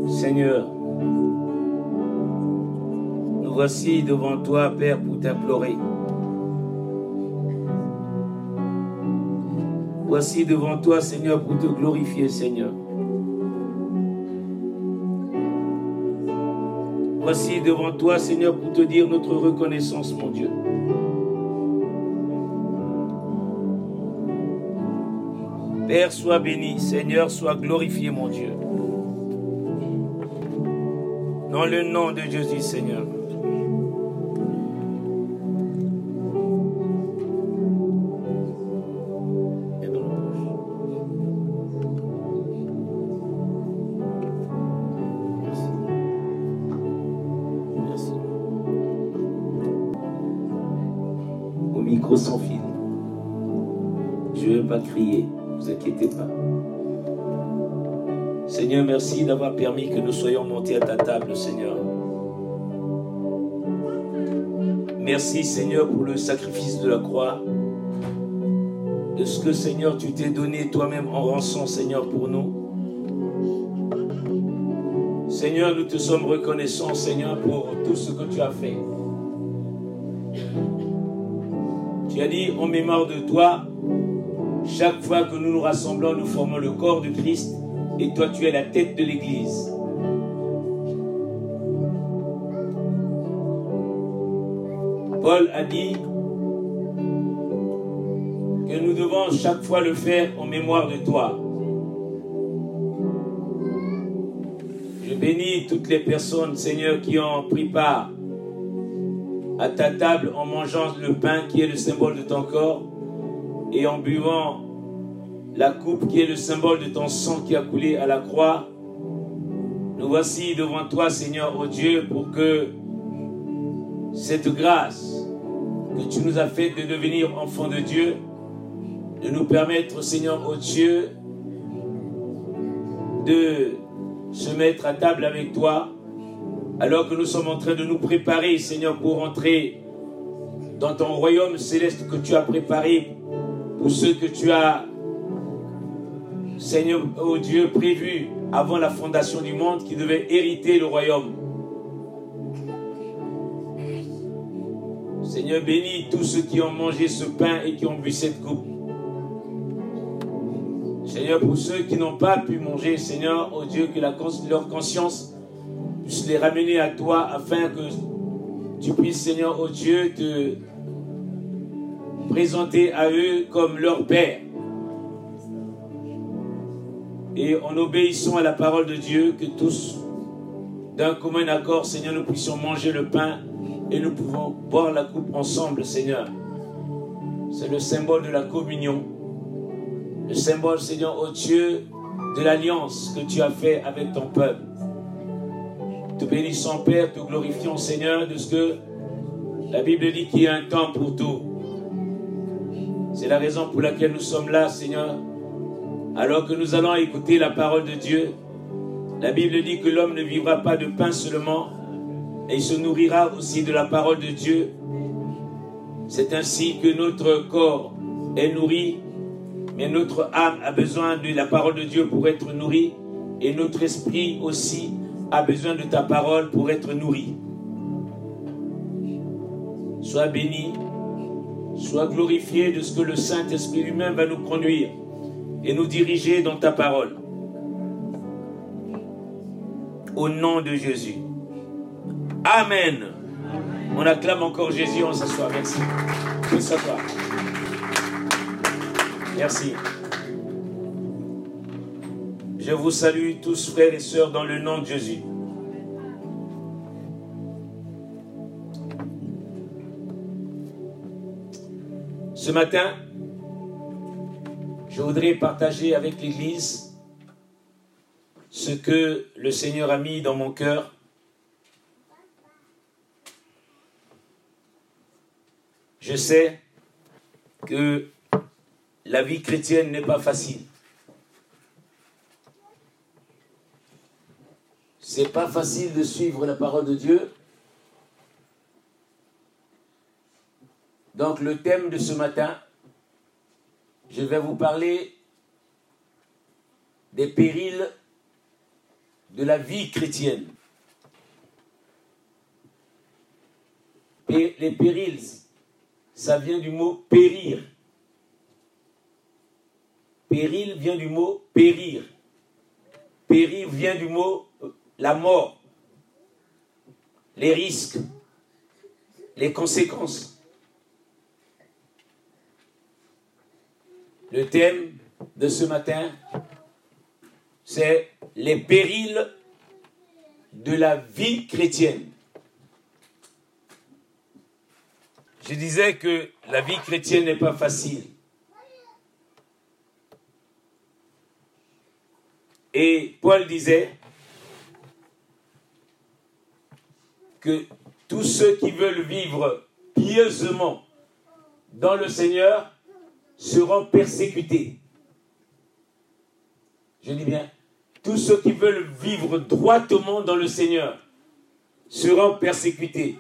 Seigneur, nous voici devant toi, Père, pour t'implorer. Voici devant toi, Seigneur, pour te glorifier, Seigneur. Voici devant toi, Seigneur, pour te dire notre reconnaissance, mon Dieu. Père, sois béni. Seigneur, sois glorifié, mon Dieu. Dans le nom de Jésus, Seigneur. Sans fil. Je ne vais pas crier, ne vous inquiétez pas. Seigneur, merci d'avoir permis que nous soyons montés à ta table, Seigneur. Merci, Seigneur, pour le sacrifice de la croix, de ce que, Seigneur, tu t'es donné toi-même en rançon, Seigneur, pour nous. Seigneur, nous te sommes reconnaissants, Seigneur, pour tout ce que tu as fait. Tu as dit, en mémoire de toi, chaque fois que nous nous rassemblons, nous formons le corps de Christ, et toi tu es la tête de l'Église. Paul a dit que nous devons chaque fois le faire en mémoire de toi. Je bénis toutes les personnes, Seigneur, qui ont pris part à ta table en mangeant le pain qui est le symbole de ton corps et en buvant la coupe qui est le symbole de ton sang qui a coulé à la croix. Nous voici devant toi, Seigneur, oh Dieu, pour que cette grâce que tu nous as faite de devenir enfants de Dieu, de nous permettre, Seigneur, oh Dieu, de se mettre à table avec toi, alors que nous sommes en train de nous préparer, Seigneur, pour entrer dans ton royaume céleste que tu as préparé pour ceux que tu as, Seigneur, oh Dieu, prévu avant la fondation du monde, qui devaient hériter le royaume. Seigneur, bénis tous ceux qui ont mangé ce pain et qui ont bu cette coupe. Seigneur, pour ceux qui n'ont pas pu manger, Seigneur, oh Dieu, que leur conscience puisse les ramener à toi, afin que tu puisses, Seigneur, oh Dieu, te présenter à eux comme leur Père. Et en obéissant à la parole de Dieu, que tous, d'un commun accord, Seigneur, nous puissions manger le pain et nous pouvons boire la coupe ensemble, Seigneur. C'est le symbole de la communion. Le symbole, Seigneur, oh Dieu, de l'alliance que tu as fait avec ton peuple. Te bénissons, Père, te glorifions, Seigneur, de ce que la Bible dit qu'il y a un temps pour tout. C'est la raison pour laquelle nous sommes là, Seigneur. Alors que nous allons écouter la parole de Dieu, la Bible dit que l'homme ne vivra pas de pain seulement, et il se nourrira aussi de la parole de Dieu. C'est ainsi que notre corps est nourri, mais notre âme a besoin de la parole de Dieu pour être nourrie, et notre esprit aussi a besoin de ta parole pour être nourri. Sois béni, sois glorifié de ce que le Saint-Esprit lui-même va nous conduire et nous diriger dans ta parole. Au nom de Jésus. Amen. On acclame encore Jésus, on s'assoit. Merci. On peut s'asseoir. Merci. Je vous salue tous, frères et sœurs, dans le nom de Jésus. Ce matin, je voudrais partager avec l'Église ce que le Seigneur a mis dans mon cœur. Je sais que la vie chrétienne n'est pas facile. C'est pas facile de suivre la parole de Dieu. Donc le thème de ce matin, je vais vous parler des périls de la vie chrétienne. Et les périls, ça vient du mot périr. Péril vient du mot périr. Périr vient du mot la mort, les risques, les conséquences. Le thème de ce matin, c'est les périls de la vie chrétienne. Je disais que la vie chrétienne n'est pas facile. Et Paul disait que tous ceux qui veulent vivre pieusement dans le Seigneur seront persécutés. Je dis bien, tous ceux qui veulent vivre droitement dans le Seigneur seront persécutés.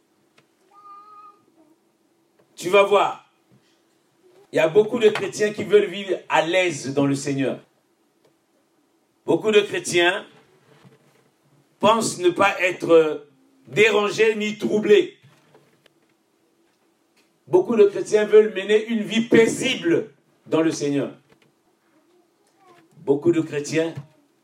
Tu vas voir, il y a beaucoup de chrétiens qui veulent vivre à l'aise dans le Seigneur. Beaucoup de chrétiens pensent ne pas être dérangés ni troublés. Beaucoup de chrétiens veulent mener une vie paisible dans le Seigneur. Beaucoup de chrétiens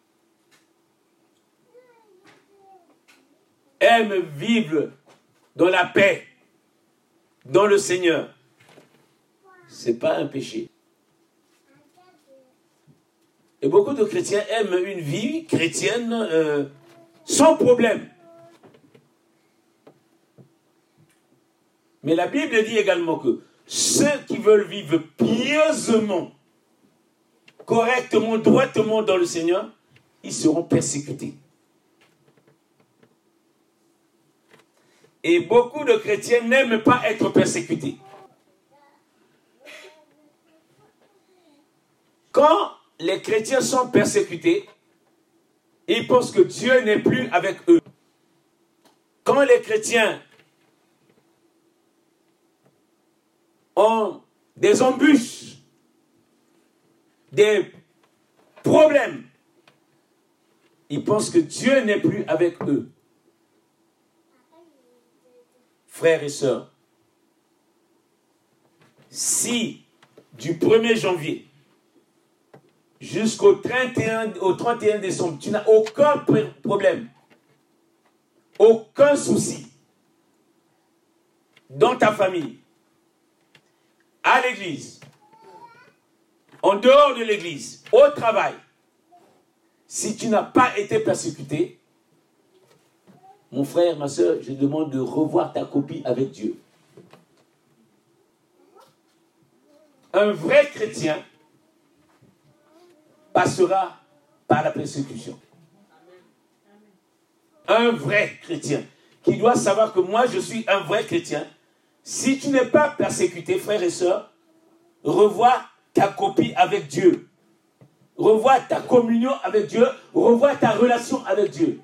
aiment vivre dans la paix, dans le Seigneur. Ce n'est pas un péché. Et beaucoup de chrétiens aiment une vie chrétienne sans problème. Mais la Bible dit également que ceux qui veulent vivre pieusement, correctement, droitement dans le Seigneur, ils seront persécutés. Et beaucoup de chrétiens n'aiment pas être persécutés. Quand les chrétiens sont persécutés, ils pensent que Dieu n'est plus avec eux. Quand les chrétiens ont des embûches, des problèmes, ils pensent que Dieu n'est plus avec eux. Frères et sœurs, si du 1er janvier jusqu'au 31 décembre, tu n'as aucun problème, aucun souci dans ta famille, à l'église, en dehors de l'église, au travail, si tu n'as pas été persécuté, mon frère, ma soeur, je demande de revoir ta copie avec Dieu. Un vrai chrétien passera par la persécution. Un vrai chrétien qui doit savoir que moi, je suis un vrai chrétien. Si tu n'es pas persécuté, frère et sœur, revois ta copie avec Dieu. Revois ta communion avec Dieu. Revois ta relation avec Dieu.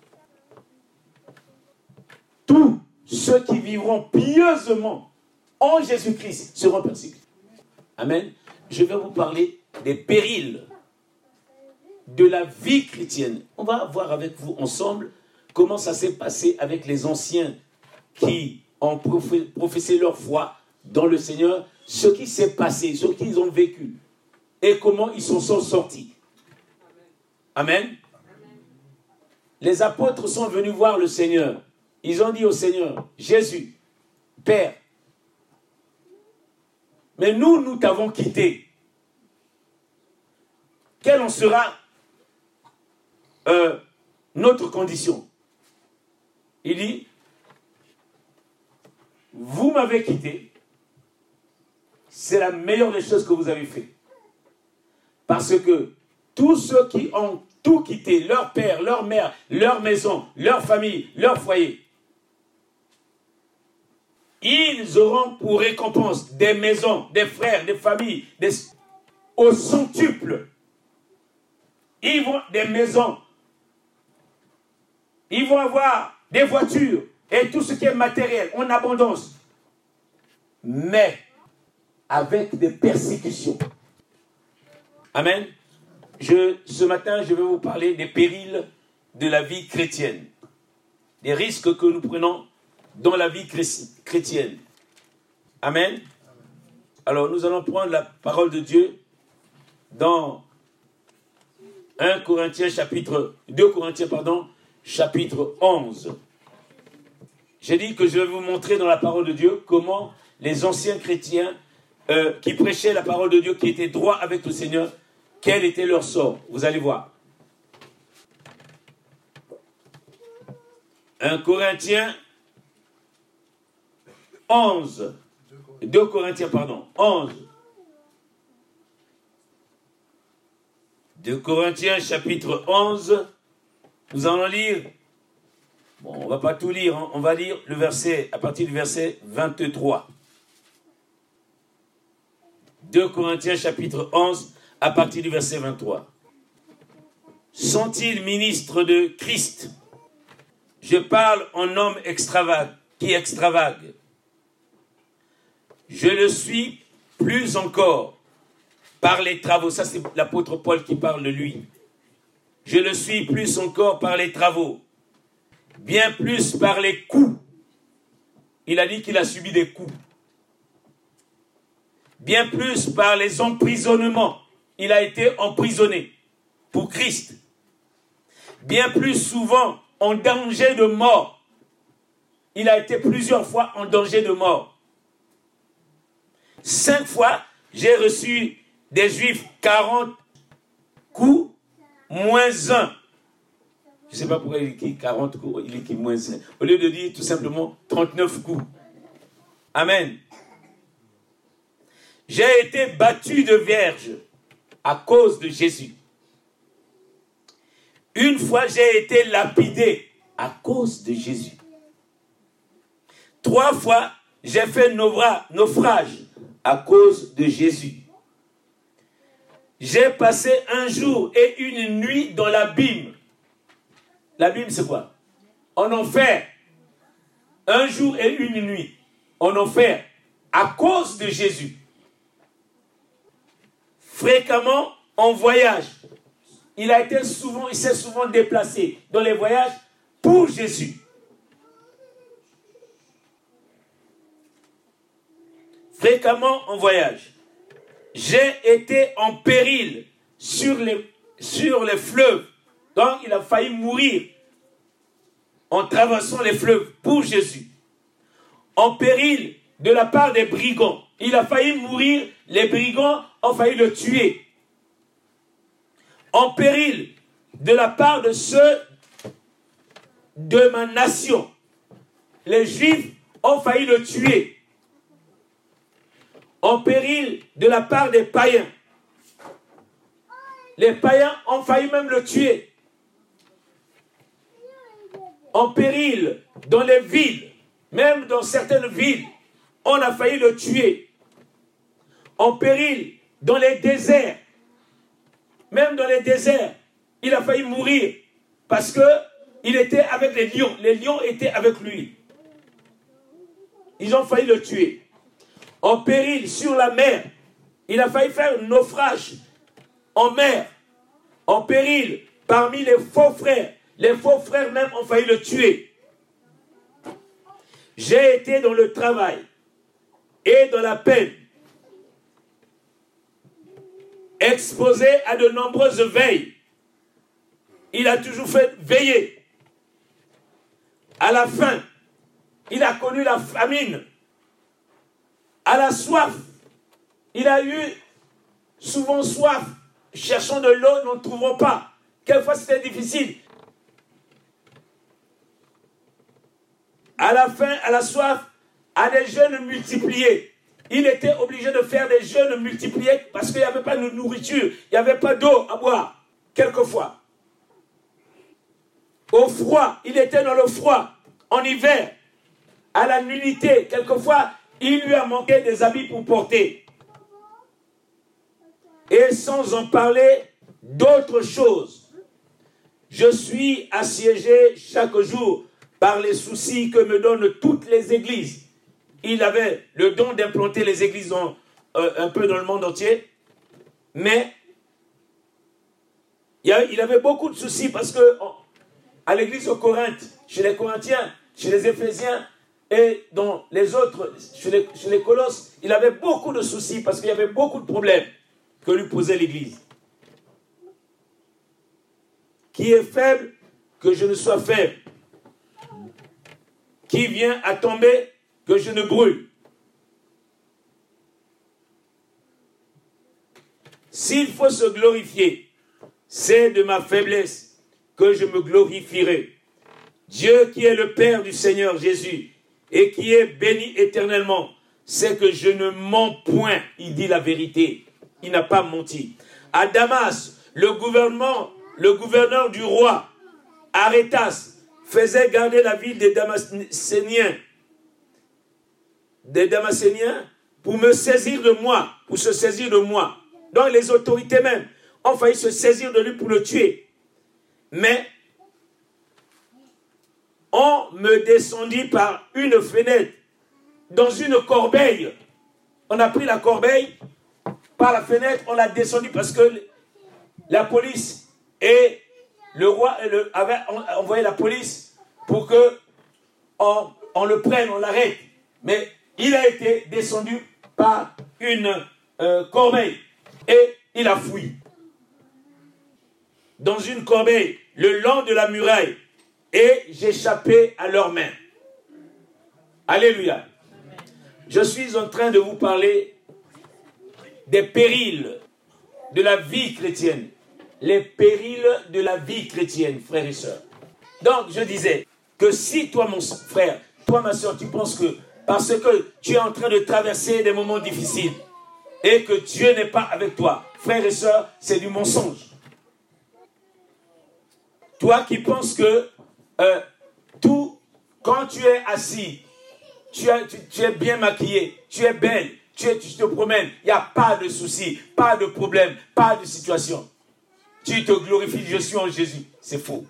Tous ceux qui vivront pieusement en Jésus-Christ seront persécutés. Amen. Je vais vous parler des périls de la vie chrétienne. On va voir avec vous ensemble comment ça s'est passé avec les anciens qui ont professé leur foi dans le Seigneur, ce qui s'est passé, ce qu'ils ont vécu et comment ils s'en sont sortis. Amen. Les apôtres sont venus voir le Seigneur. Ils ont dit au Seigneur, Jésus, Père, mais nous t'avons quitté. Quelle en sera notre condition? Il dit, vous m'avez quitté, c'est la meilleure des choses que vous avez fait. Parce que tous ceux qui ont tout quitté, leur père, leur mère, leur maison, leur famille, leur foyer, ils auront pour récompense des maisons, des frères, des familles, au centuple. Ils vont des maisons. Ils vont avoir des voitures et tout ce qui est matériel en abondance. Mais avec des persécutions. Amen. Ce matin, je vais vous parler des périls de la vie chrétienne. Les risques que nous prenons dans la vie chrétienne. Amen. Alors nous allons prendre la parole de Dieu dans 2 Corinthiens chapitre 11. J'ai dit que je vais vous montrer dans la parole de Dieu comment les anciens chrétiens qui prêchaient la parole de Dieu, qui étaient droits avec le Seigneur, quel était leur sort. Vous allez voir. 1 Corinthiens 11. 2 Corinthiens, 11. 2 Corinthiens chapitre 11. Nous allons lire. Bon, on ne va pas tout lire, hein. On va lire le verset, à partir du verset 23. 2 Corinthiens chapitre 11, à partir du verset 23. Sont-ils ministres de Christ? Je parle en homme qui extravague. Je le suis plus encore par les travaux. Ça, c'est l'apôtre Paul qui parle de lui. Je le suis plus encore par les travaux. Bien plus par les coups. Il a dit qu'il a subi des coups. Bien plus par les emprisonnements. Il a été emprisonné pour Christ. Bien plus souvent en danger de mort. Il a été plusieurs fois en danger de mort. 5 fois, j'ai reçu des Juifs 40 coups, moins 1. Je ne sais pas pourquoi il écrit 40 coups, il écrit moins 1. Au lieu de dire tout simplement 39 coups. Amen. J'ai été battu de vierge à cause de Jésus. Une fois, j'ai été lapidé à cause de Jésus. 3 fois, j'ai fait naufrage à cause de Jésus. J'ai passé un jour et une nuit dans l'abîme. L'abîme, c'est quoi? En enfer. Un jour et une nuit en enfer à cause de Jésus. Fréquemment en voyage. Il s'est souvent déplacé dans les voyages pour Jésus. Fréquemment en voyage. J'ai été en péril sur les fleuves. Donc il a failli mourir en traversant les fleuves pour Jésus. En péril de la part des brigands. Il a failli mourir, les brigands ont failli le tuer. En péril de la part de ceux de ma nation. Les Juifs ont failli le tuer. En péril de la part des païens. Les païens ont failli même le tuer. En péril dans les villes, même dans certaines villes, on a failli le tuer. En péril dans les déserts, même dans les déserts, il a failli mourir parce qu'il était avec les lions. Les lions étaient avec lui. Ils ont failli le tuer. En péril sur la mer, il a failli faire un naufrage en mer. En péril parmi les faux frères. Les faux frères même ont failli le tuer. J'ai été dans le travail et dans la peine, exposé à de nombreuses veilles. Il a toujours fait veiller. À la fin, il a connu la famine. À la soif, il a eu souvent soif. Cherchant de l'eau, nous ne trouvons pas. Quelquefois, c'était difficile. À la faim, à la soif, à des jeûnes multipliés. Il était obligé de faire des jeûnes multipliés parce qu'il n'y avait pas de nourriture, il n'y avait pas d'eau à boire, quelquefois. Au froid, il était dans le froid, en hiver. À la nudité, quelquefois, il lui a manqué des habits pour porter. Et sans en parler d'autres choses, je suis assiégé chaque jour par les soucis que me donnent toutes les églises. Il avait le don d'implanter les églises un peu dans le monde entier, mais il avait beaucoup de soucis parce que à l'église aux Corinthes, chez les Corinthiens, chez les Éphésiens et dans les autres, chez les Colosses, il avait beaucoup de soucis parce qu'il y avait beaucoup de problèmes que lui posait l'église. Qui est faible, que je ne sois faible. Qui vient à tomber, que je ne brûle. S'il faut se glorifier, c'est de ma faiblesse que je me glorifierai. Dieu qui est le Père du Seigneur Jésus et qui est béni éternellement, c'est que je ne mens point. Il dit la vérité. Il n'a pas menti. À Damas, le gouverneur du roi, Arétas, faisait garder la ville des Damascéniens. Des Damascéniens pour me saisir de moi, pour se saisir de moi. Donc les autorités même ont failli se saisir de lui pour le tuer. Mais on me descendit par une fenêtre, dans une corbeille. On a pris la corbeille par la fenêtre, on l'a descendu parce que la police et le roi avaient envoyé la police pour que on le prenne, on l'arrête. Mais il a été descendu par une corbeille et il a fui. Dans une corbeille, le long de la muraille, et j'échappais à leurs mains. Alléluia. Je suis en train de vous parler des périls de la vie chrétienne. Les périls de la vie chrétienne, frères et sœurs. Donc, je disais que si toi, mon frère, toi, ma sœur, tu penses que parce que tu es en train de traverser des moments difficiles et que Dieu n'est pas avec toi, frères et sœurs, c'est du mensonge. Toi qui penses que quand tu es assis, tu es bien maquillé, tu es belle, tu te promènes, il n'y a pas de souci, pas de problème, pas de situation. Tu te glorifies, je suis en Jésus. C'est faux.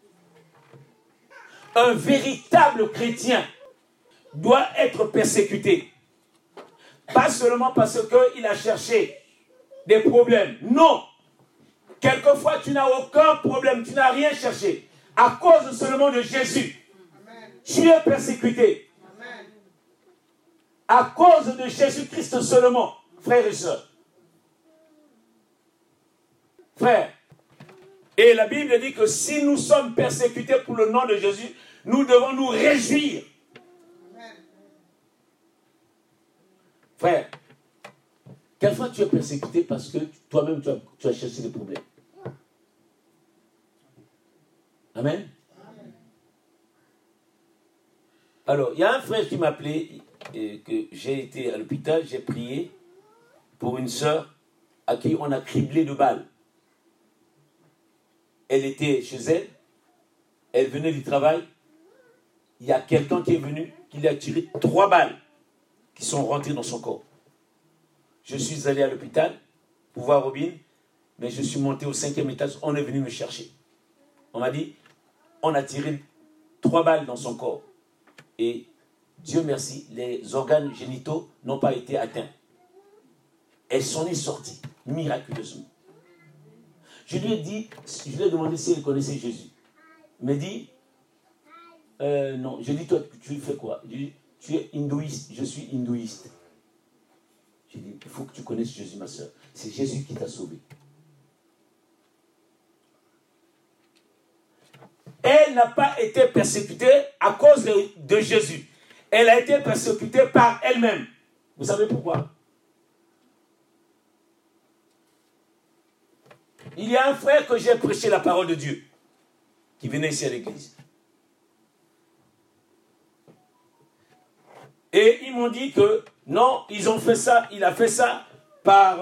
Un véritable chrétien doit être persécuté. Pas seulement parce qu'il a cherché des problèmes. Non. Quelquefois, tu n'as aucun problème, tu n'as rien cherché. À cause seulement de Jésus, tu es persécuté. À cause de Jésus-Christ seulement, frères et sœurs. Frères, et la Bible dit que si nous sommes persécutés pour le nom de Jésus, nous devons nous réjouir. Frère, quelquefois tu es persécuté parce que toi-même tu as cherché des problèmes. Amen. Alors, il y a un frère qui m'a appelé, que j'ai été à l'hôpital, j'ai prié pour une sœur à qui on a criblé de balles. Elle était chez elle, elle venait du travail, il y a quelqu'un qui est venu, qui lui a tiré 3 balles qui sont rentrées dans son corps. Je suis allé à l'hôpital pour voir Robin, mais je suis monté au 5e étage, on est venu me chercher. On m'a dit, on a tiré 3 balles dans son corps. Et Dieu merci, les organes génitaux n'ont pas été atteints. Elles sont sorties miraculeusement. Je lui ai demandé si elle connaissait Jésus. Il m'a dit, non. Je lui ai dit, toi, tu fais quoi? Je lui ai dit, tu es hindouiste, je suis hindouiste. J'ai dit, il faut que tu connaisses Jésus, ma soeur. C'est Jésus qui t'a sauvé. Elle n'a pas été persécutée à cause de Jésus. Elle a été persécutée par elle-même. Vous savez pourquoi? Il y a un frère que j'ai prêché la parole de Dieu, qui venait ici à l'église. Et ils m'ont dit que non, ils ont fait ça, il a fait ça par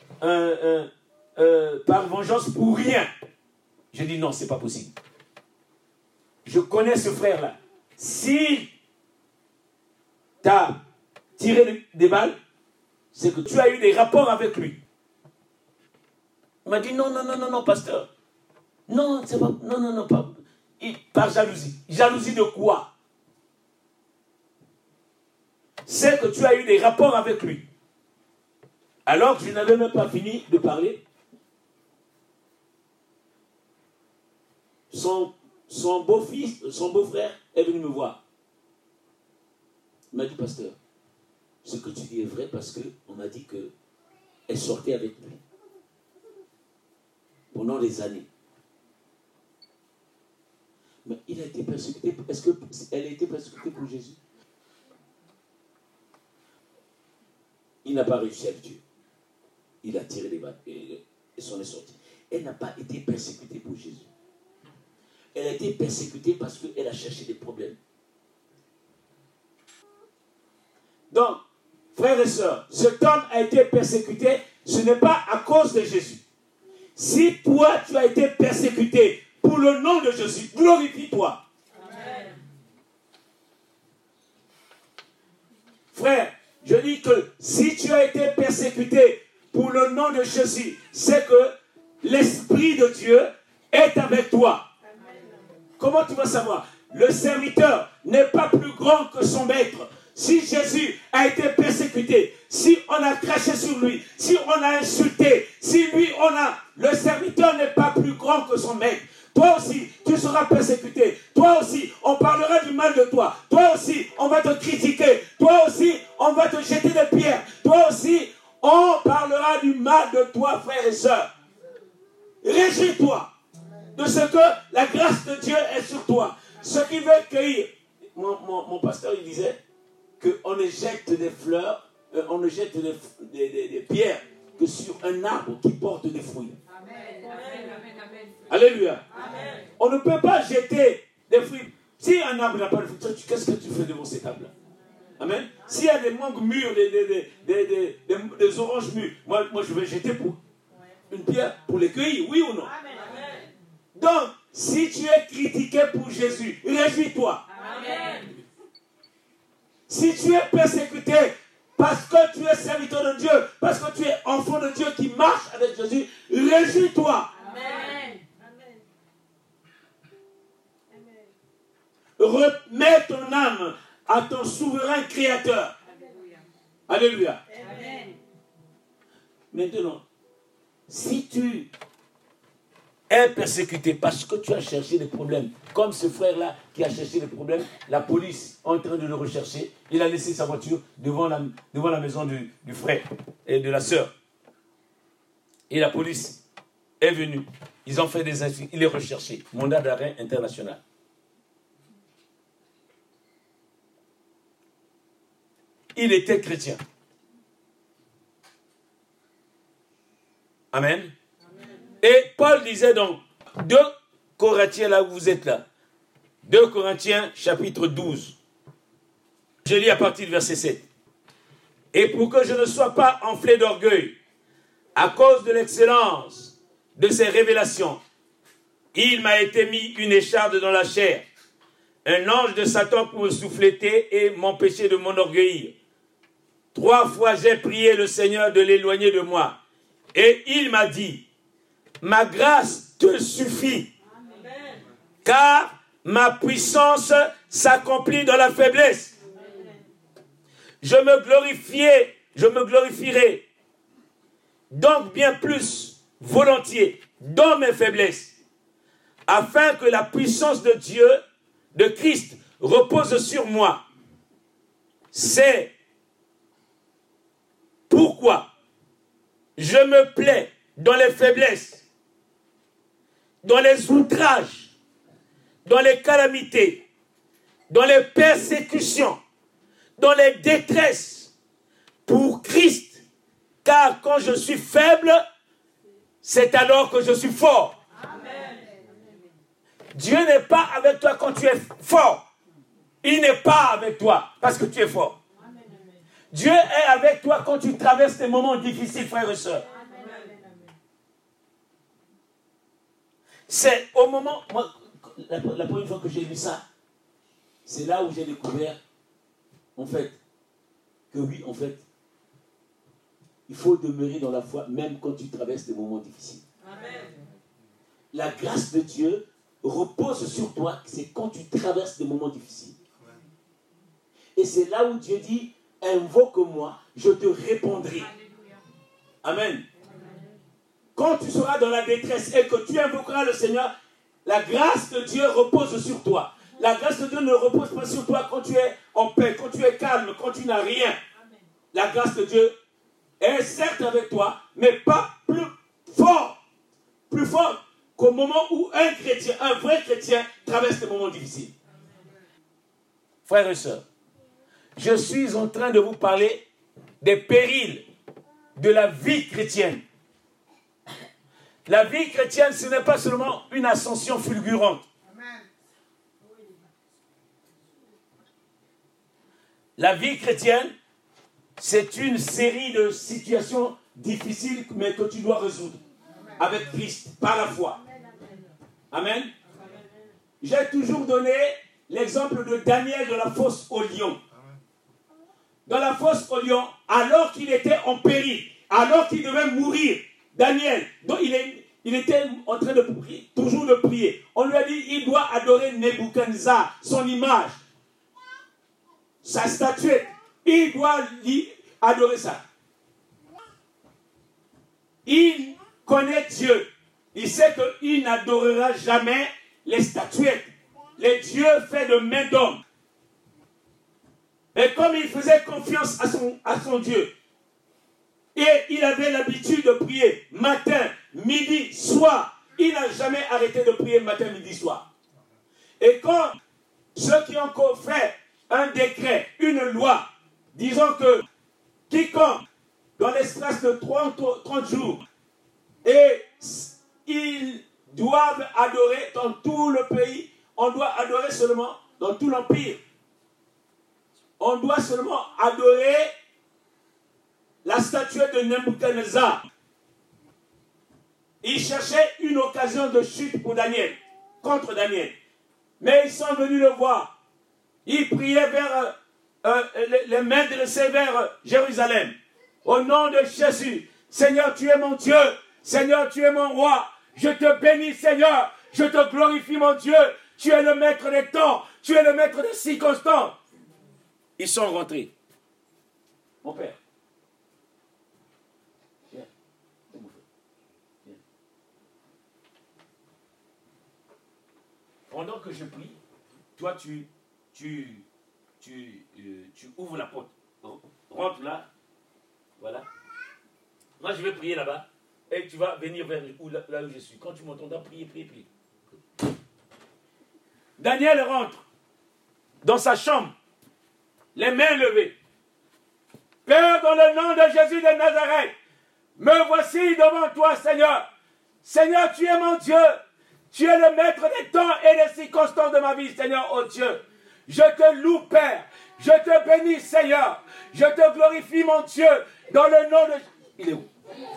vengeance pour rien. J'ai dit non, c'est pas possible. Je connais ce frère-là. Si tu as tiré des balles, c'est que tu as eu des rapports avec lui. Il m'a dit non, pasteur. Non, c'est pas. Non, pas. Par jalousie. Jalousie de quoi? C'est que tu as eu des rapports avec lui. Alors que je n'avais même pas fini de parler. son beau-fils, son beau-frère est venu me voir. Il m'a dit, pasteur, ce que tu dis est vrai parce qu'on m'a dit qu'elle sortait avec lui pendant des années. Mais il a été persécuté. Est-ce qu'elle a été persécutée pour Jésus? Il n'a pas réussi avec Dieu. Il a tiré les balles et s'en est sorti. Elle n'a pas été persécutée pour Jésus. Elle a été persécutée parce qu'elle a cherché des problèmes. Donc, frères et sœurs, cet homme a été persécuté, ce n'est pas à cause de Jésus. Si toi, tu as été persécuté pour le nom de Jésus, glorifie-toi. Amen. Frère, je dis que si tu as été persécuté pour le nom de Jésus, c'est que l'Esprit de Dieu est avec toi. Amen. Comment tu vas savoir? Le serviteur n'est pas plus grand que son maître. Si Jésus a été persécuté, si on a craché sur lui, si on a insulté, si lui le serviteur n'est pas plus grand que son maître. Toi aussi, tu seras persécuté. Toi aussi, on parlera du mal de toi. Toi aussi, on va te critiquer. Toi aussi, on va te jeter des pierres. Toi aussi, on parlera du mal de toi, frères et sœurs. Réjouis-toi de ce que la grâce de Dieu est sur toi. Ce qui veut cueillir. Mon pasteur, il disait qu'on ne jette des fleurs, on ne jette des pierres que sur un arbre qui porte des fruits. Amen. Amen. Alléluia. Amen. On ne peut pas jeter des fruits. Si un arbre n'a pas de fruits, qu'est-ce que tu fais devant cet arbre-là? Amen. S'il y a des mangues mûres, des oranges mûres, moi je vais jeter pour une pierre pour les cueillir, oui ou non? Amen. Donc, si tu es critiqué pour Jésus, réjouis-toi. Amen. Si tu es persécuté parce que tu es serviteur de Dieu, parce que tu es enfant de Dieu qui marche avec Jésus, réjouis-toi. Amen. Remets ton âme à ton souverain créateur. Alléluia. Amen. Maintenant, si tu es persécuté parce que tu as cherché des problèmes, comme ce frère-là qui a cherché des problèmes, la police est en train de le rechercher, il a laissé sa voiture devant la maison du frère et de la sœur. Et la police est venue. Ils ont fait des insultes, il est recherché. Mandat d'arrêt international. Il était chrétien. Amen. Et Paul disait donc, 2 Corinthiens, là où vous êtes là, 2 Corinthiens chapitre 12, je lis à partir du verset 7. Et pour que je ne sois pas enflé d'orgueil, à cause de l'excellence de ces révélations, il m'a été mis une écharde dans la chair, un ange de Satan pour me souffléter et m'empêcher de m'enorgueillir. 3 fois j'ai prié le Seigneur de l'éloigner de moi, et il m'a dit, ma grâce te suffit, amen, car ma puissance s'accomplit dans la faiblesse. Amen. Je me glorifierai donc bien plus volontiers dans mes faiblesses, afin que la puissance de Dieu, de Christ, repose sur moi. C'est pourquoi je me plais dans les faiblesses, dans les outrages, dans les calamités, dans les persécutions, dans les détresses, pour Christ. Car quand je suis faible, c'est alors que je suis fort. Amen. Dieu n'est pas avec toi quand tu es fort. Il n'est pas avec toi parce que tu es fort. Amen. Dieu est avec toi quand tu traverses des moments difficiles, frères et sœurs. C'est au moment, moi, la première fois que j'ai lu ça, c'est là où j'ai découvert, en fait, que oui, en fait, il faut demeurer dans la foi, même quand tu traverses des moments difficiles. Amen. La grâce de Dieu repose sur toi, c'est quand tu traverses des moments difficiles. Et c'est là où Dieu dit, invoque-moi, je te répondrai. Amen. Quand tu seras dans la détresse et que tu invoqueras le Seigneur, la grâce de Dieu repose sur toi. La grâce de Dieu ne repose pas sur toi quand tu es en paix, quand tu es calme, quand tu n'as rien. La grâce de Dieu est certes avec toi, mais pas plus fort qu'au moment où un chrétien, un vrai chrétien, traverse des moments difficiles. Frères et sœurs, je suis en train de vous parler des périls de la vie chrétienne. La vie chrétienne, ce n'est pas seulement une ascension fulgurante. La vie chrétienne, c'est une série de situations difficiles, mais que tu dois résoudre avec Christ, par la foi. Amen. J'ai toujours donné l'exemple de Daniel de la fosse au lion. Dans la fosse au lion, alors qu'il était en péril, alors qu'il devait mourir, Daniel, donc il était en train de prier, toujours de prier. On lui a dit, il doit adorer Nebuchadnezzar, son image, sa statuette. Il doit adorer ça. Il connaît Dieu. Il sait qu'il n'adorera jamais les statuettes, les dieux faits de main d'homme. Et comme il faisait confiance à son Dieu, et il avait l'habitude de prier matin, midi, soir, il n'a jamais arrêté de prier matin, midi, soir. Et quand ceux qui ont fait un décret, une loi, disant que quiconque, dans l'espace de 30 jours, et ils doivent adorer dans tout le pays, on doit adorer seulement dans tout l'empire. On doit seulement adorer la statuette de Nebuchadnezzar. Ils cherchaient une occasion de chute pour Daniel, contre Daniel. Mais ils sont venus le voir. Ils priaient vers les mains dressées vers Jérusalem. Au nom de Jésus, Seigneur, tu es mon Dieu. Seigneur, tu es mon roi. Je te bénis, Seigneur. Je te glorifie, mon Dieu. Tu es le maître des temps. Tu es le maître des circonstances. Ils sont rentrés. Mon père. Viens. Viens. Pendant que je prie, toi, tu ouvres la porte. Rentre là. Voilà. Moi, je vais prier là-bas. Et tu vas venir vers là où je suis. Quand tu m'entendras prier, prier, prier. Daniel rentre dans sa chambre, les mains levées. Père, dans le nom de Jésus de Nazareth, me voici devant toi, Seigneur. Seigneur, tu es mon Dieu. Tu es le maître des temps et des circonstances de ma vie, Seigneur, oh Dieu. Je te loue, Père. Je te bénis, Seigneur. Je te glorifie, mon Dieu, dans le nom de... Il est où?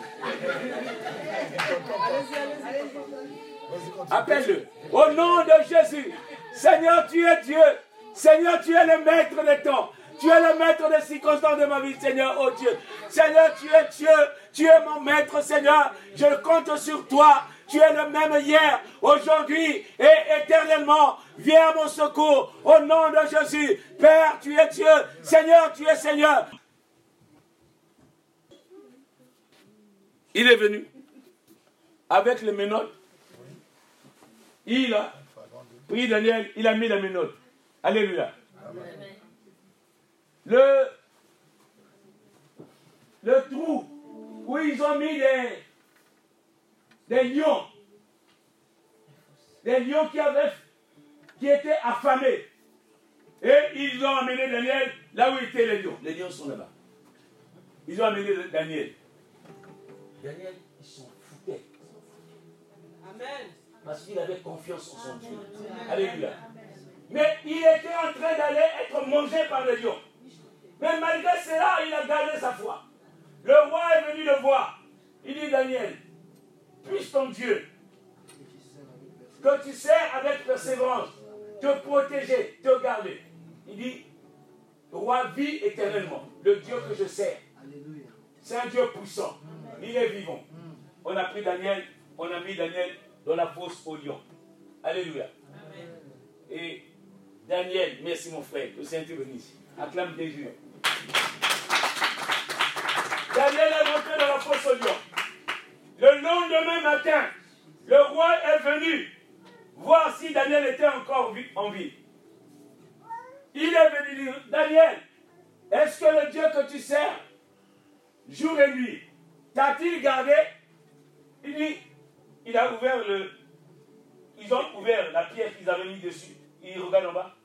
Appelle-le. Au nom de Jésus. Seigneur, tu es Dieu. Seigneur, tu es le maître des temps. Tu es le maître des circonstances de ma vie, Seigneur, oh Dieu. Seigneur, tu es Dieu. Tu es mon maître, Seigneur. Je compte sur toi. Tu es le même hier, aujourd'hui et éternellement. Viens à mon secours. Au nom de Jésus. Père, tu es Dieu. Seigneur, tu es Seigneur. Il est venu avec les menottes. Il a pris Daniel, il a mis la menotte. Alléluia. Le trou où ils ont mis des lions. Des lions qui étaient affamés. Et ils ont amené Daniel là où étaient les lions. Les lions sont là-bas. Ils ont amené Daniel. Daniel, il s'en foutait. Amen. Parce qu'il avait confiance en son Dieu. Alléluia. Mais il était en train d'aller être mangé par les lions. Mais malgré cela, il a gardé sa foi. Le roi est venu le voir. Il dit, Daniel, puisse ton Dieu, que tu sers avec persévérance, te protéger, te garder. Il dit, roi, vis éternellement. Le Dieu que je sers, c'est un Dieu puissant. Il est vivant. On a pris Daniel, on a mis Daniel dans la fosse au lion. Alléluia. Amen. Et Daniel, merci mon frère, que le Saint te bénisse. Acclame Jésus. Daniel est rentré dans la fosse au lion. Le lendemain matin, le roi est venu voir si Daniel était encore en vie. Il est venu dire, Daniel, est-ce que le Dieu que tu sers, jour et nuit, t'a-t-il gardé? Il dit, ils ont ouvert la pierre qu'ils avaient mis dessus. Ils regardent en bas.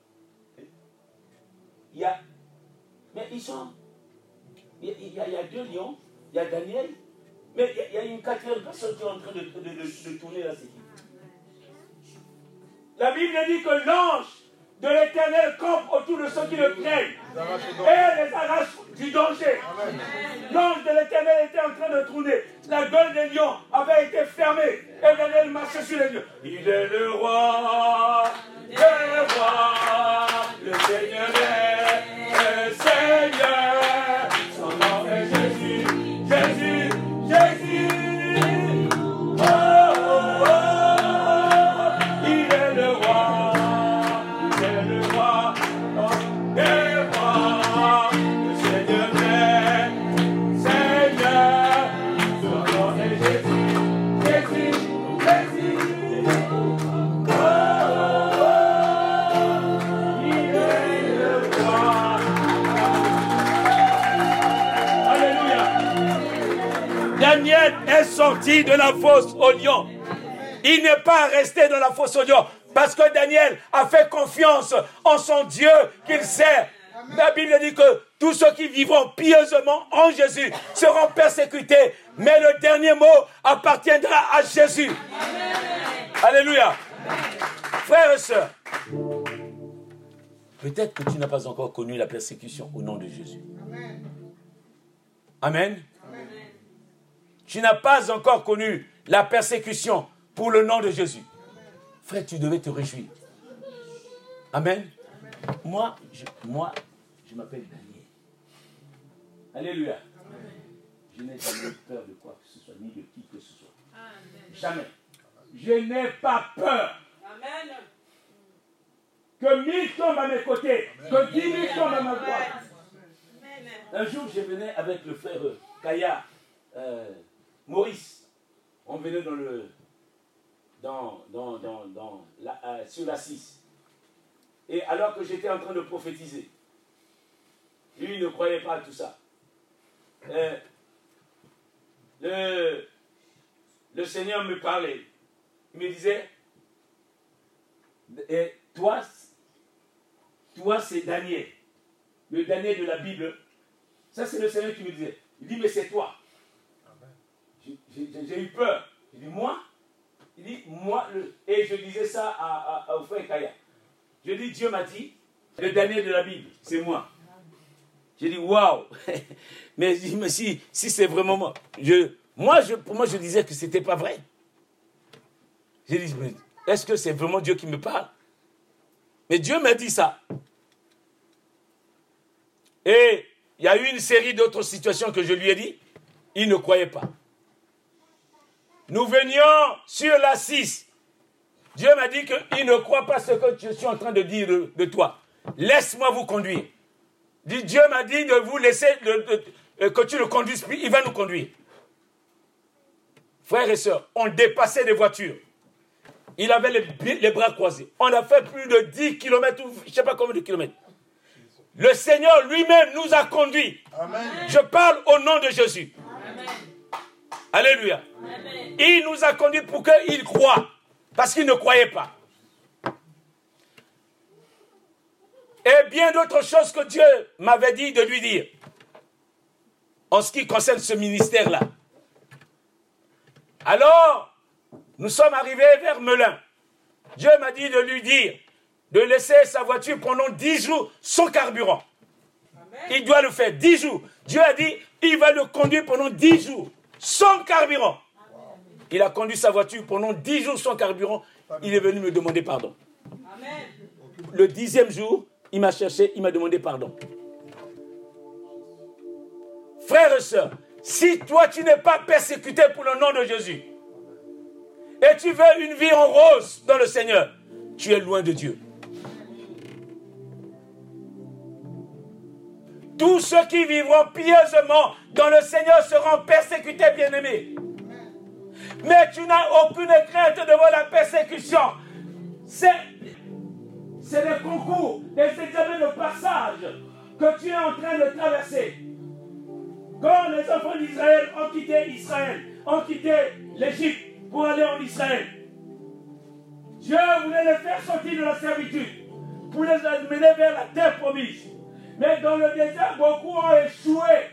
Mais ils sont... Il y a 2 lions, il y a Daniel, mais il y a une 4e personne qui est en train de tourner là, c'est qui? La Bible dit que l'ange de l'Éternel campe autour de ceux qui le craignent et les arrache du danger. L'ange de l'Éternel était en train de tourner. La gueule des lions avait été fermée et Daniel marchait sur les lions. Il est le roi, le Seigneur est le Seigneur. Son nom est Jésus, Jésus, Jésus. Daniel est sorti de la fosse au lion. Il n'est pas resté dans la fosse au lion parce que Daniel a fait confiance en son Dieu qu'il sert. La Bible dit que tous ceux qui vivront pieusement en Jésus seront persécutés, mais le dernier mot appartiendra à Jésus. Alléluia. Frères et sœurs, peut-être que tu n'as pas encore connu la persécution au nom de Jésus. Amen. Tu n'as pas encore connu la persécution pour le nom de Jésus. Frère, tu devais te réjouir. Amen. Moi, je m'appelle Daniel. Alléluia. Je n'ai jamais peur de quoi que ce soit, ni de qui que ce soit. Jamais. Je n'ai pas peur. Amen. Que 1000 tombent à mes côtés, que 10 000 tombent à ma droite. Un jour, je venais avec le frère Kaya, Maurice. On venait sur la 6. Et alors que j'étais en train de prophétiser, lui ne croyait pas à tout ça. Le Seigneur me parlait. Il me disait, toi c'est Daniel. Le Daniel de la Bible. Ça, c'est le Seigneur qui me disait. Il dit, mais c'est toi. J'ai eu peur. Il dit, moi? Il dit, moi. Et je disais ça au frère Kaya. Je dis, Dieu m'a dit, le Daniel de la Bible, c'est moi. J'ai dit, waouh. Mais si c'est vraiment moi. Pour moi, je disais que ce n'était pas vrai. J'ai dit, est-ce que c'est vraiment Dieu qui me parle? Mais Dieu m'a dit ça. Et il y a eu une série d'autres situations que je lui ai dit. Il ne croyait pas. Nous venions sur la 6. Dieu m'a dit qu'il ne croit pas ce que je suis en train de dire de toi. Laisse-moi vous conduire. Dieu m'a dit de vous laisser, que tu le conduises, puis il va nous conduire. Frères et sœurs, on dépassait des voitures. Il avait les bras croisés. On a fait plus de 10 km, ou je ne sais pas combien de kilomètres. Le Seigneur lui-même nous a conduits. Amen. Je parle au nom de Jésus. Amen. Alléluia. Amen. Il nous a conduits pour qu'il croie. Parce qu'il ne croyait pas. Et bien d'autres choses que Dieu m'avait dit de lui dire. En ce qui concerne ce ministère-là. Alors, nous sommes arrivés vers Melun. Dieu m'a dit de lui dire de laisser sa voiture pendant 10 jours sans carburant. Amen. Il doit le faire 10 jours. Dieu a dit, il va le conduire pendant 10 jours sans carburant. Wow. Il a conduit sa voiture pendant 10 jours sans carburant. Il est venu me demander pardon. Amen. Le 10e jour, il m'a cherché, il m'a demandé pardon. Frères et sœurs, si toi tu n'es pas persécuté pour le nom de Jésus, et tu veux une vie en rose dans le Seigneur, tu es loin de Dieu. Tous ceux qui vivront pieusement dans le Seigneur seront persécutés, bien-aimés. Mais tu n'as aucune crainte devant la persécution. c'est le concours, des examens de passage que tu es en train de traverser. Quand les enfants d'Israël ont quitté l'Égypte pour aller en Israël, Dieu voulait les faire sortir de la servitude pour les amener vers la terre promise. Mais dans le désert, beaucoup ont échoué.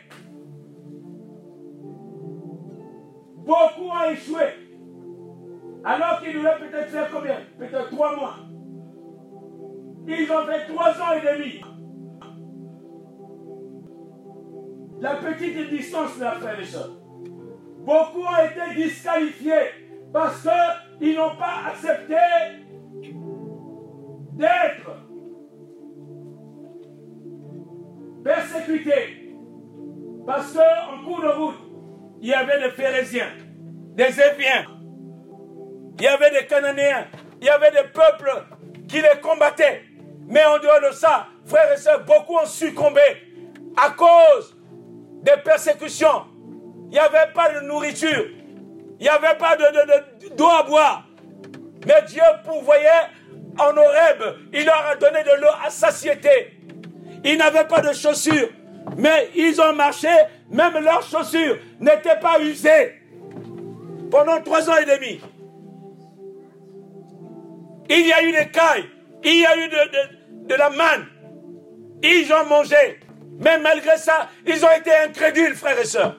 Beaucoup ont échoué. Alors qu'ils devaient peut-être faire combien? Peut-être 3 mois. Ils ont fait 3 ans et demi. La petite distance, là, frères et sœurs. Beaucoup ont été disqualifiés parce qu'ils n'ont pas accepté d'être persécutés. Parce qu'en cours de route, il y avait des Phérésiens, des Éviens, il y avait des Cananéens, il y avait des peuples qui les combattaient. Mais en dehors de ça, frères et sœurs, beaucoup ont succombé à cause des persécutions. Il n'y avait pas de nourriture, il n'y avait pas d'eau à boire. Mais Dieu pourvoyait en Horeb, il leur a donné de l'eau à satiété. Ils n'avaient pas de chaussures, mais ils ont marché, même leurs chaussures n'étaient pas usées pendant 3 ans et demi. Il y a eu des cailles, il y a eu de la manne. Ils ont mangé, mais malgré ça, ils ont été incrédules, frères et sœurs.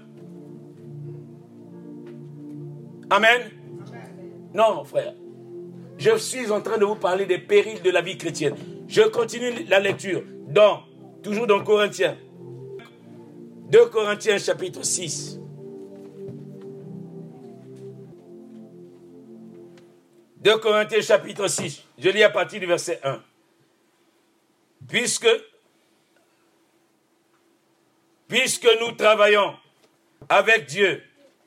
Amen. Non, frère. Je suis en train de vous parler des périls de la vie chrétienne. Je continue la lecture, toujours dans Corinthiens. 2 Corinthiens chapitre 6. 2 Corinthiens chapitre 6. Je lis à partir du verset 1. Puisque nous travaillons avec Dieu,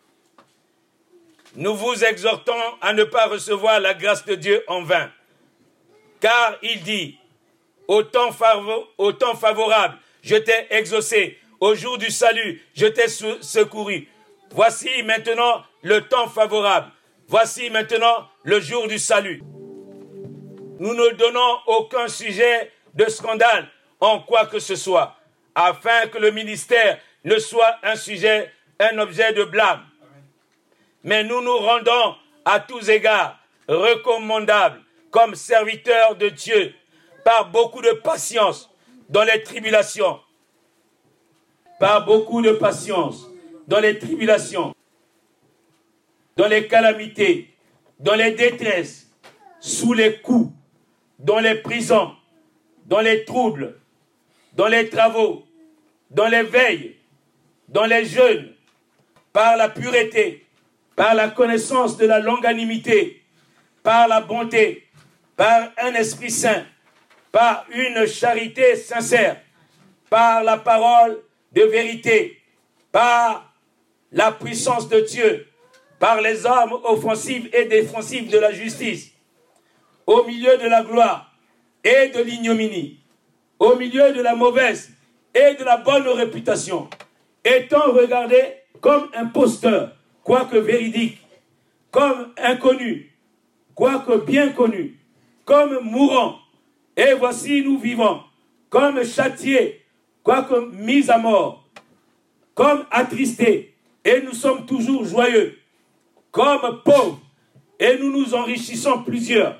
nous vous exhortons à ne pas recevoir la grâce de Dieu en vain. Car il dit, au temps favorable, je t'ai exaucé. Au jour du salut, je t'ai secouru. Voici maintenant le temps favorable. Voici maintenant le jour du salut. Nous ne donnons aucun sujet de scandale en quoi que ce soit, afin que le ministère ne soit un objet de blâme. Mais nous nous rendons à tous égards recommandables comme serviteurs de Dieu par beaucoup de patience dans les tribulations. Par beaucoup de patience dans les tribulations, dans les calamités, dans les détresses, sous les coups, dans les prisons, dans les troubles, dans les travaux, dans les veilles, dans les jeûnes, par la pureté, par la connaissance de la longanimité, par la bonté, par un esprit saint, par une charité sincère, par la parole de vérité, par la puissance de Dieu, par les armes offensives et défensives de la justice, au milieu de la gloire et de l'ignominie, au milieu de la mauvaise et de la bonne réputation, étant regardé comme imposteur, quoique véridique, comme inconnu, quoique bien connu, comme mourant, et voici nous vivons, comme châtiés, quoique mis à mort, comme attristés, et nous sommes toujours joyeux, comme pauvres, et nous nous enrichissons plusieurs,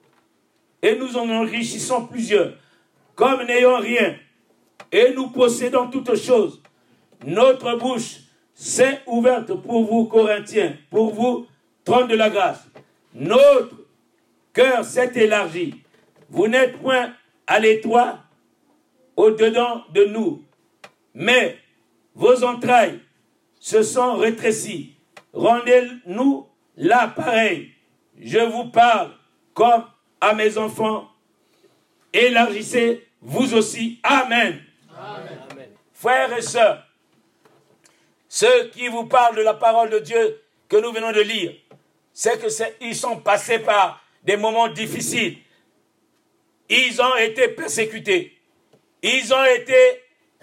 comme n'ayant rien, et nous possédons toutes choses. Notre bouche s'est ouverte pour vous, Corinthiens, pour vous, trône de la grâce. Notre cœur s'est élargi. Vous n'êtes point à l'étroit au-dedans de nous, mais vos entrailles se sont rétrécies. Rendez-nous là pareil. Je vous parle comme à mes enfants. Élargissez vous aussi. Amen. Amen. Amen. Frères et sœurs, ceux qui vous parlent de la parole de Dieu que nous venons de lire, c'est qu'ils sont passés par des moments difficiles. Ils ont été persécutés. Ils ont été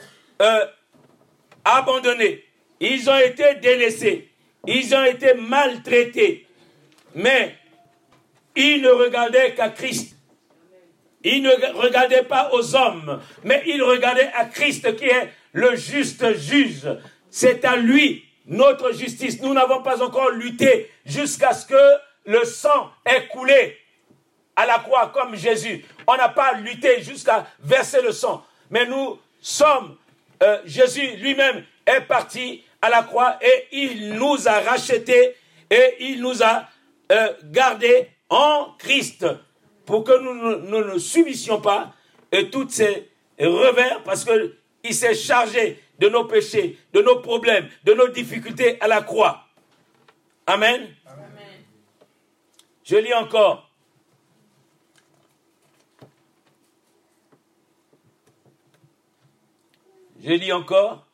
abandonnés. Ils ont été délaissés. Ils ont été maltraités. Mais il ne regardait qu'à Christ. Il ne regardait pas aux hommes, mais il regardait à Christ qui est le juste juge. C'est à lui notre justice. Nous n'avons pas encore lutté jusqu'à ce que le sang ait coulé à la croix comme Jésus. On n'a pas lutté jusqu'à verser le sang. Mais nous sommes, Jésus lui-même est parti à la croix et il nous a rachetés et il nous a gardés en Christ pour que nous ne subissions pas tous ces revers parce qu'il s'est chargé de nos péchés, de nos problèmes, de nos difficultés à la croix. Amen. Amen. Je lis encore. Je lis encore.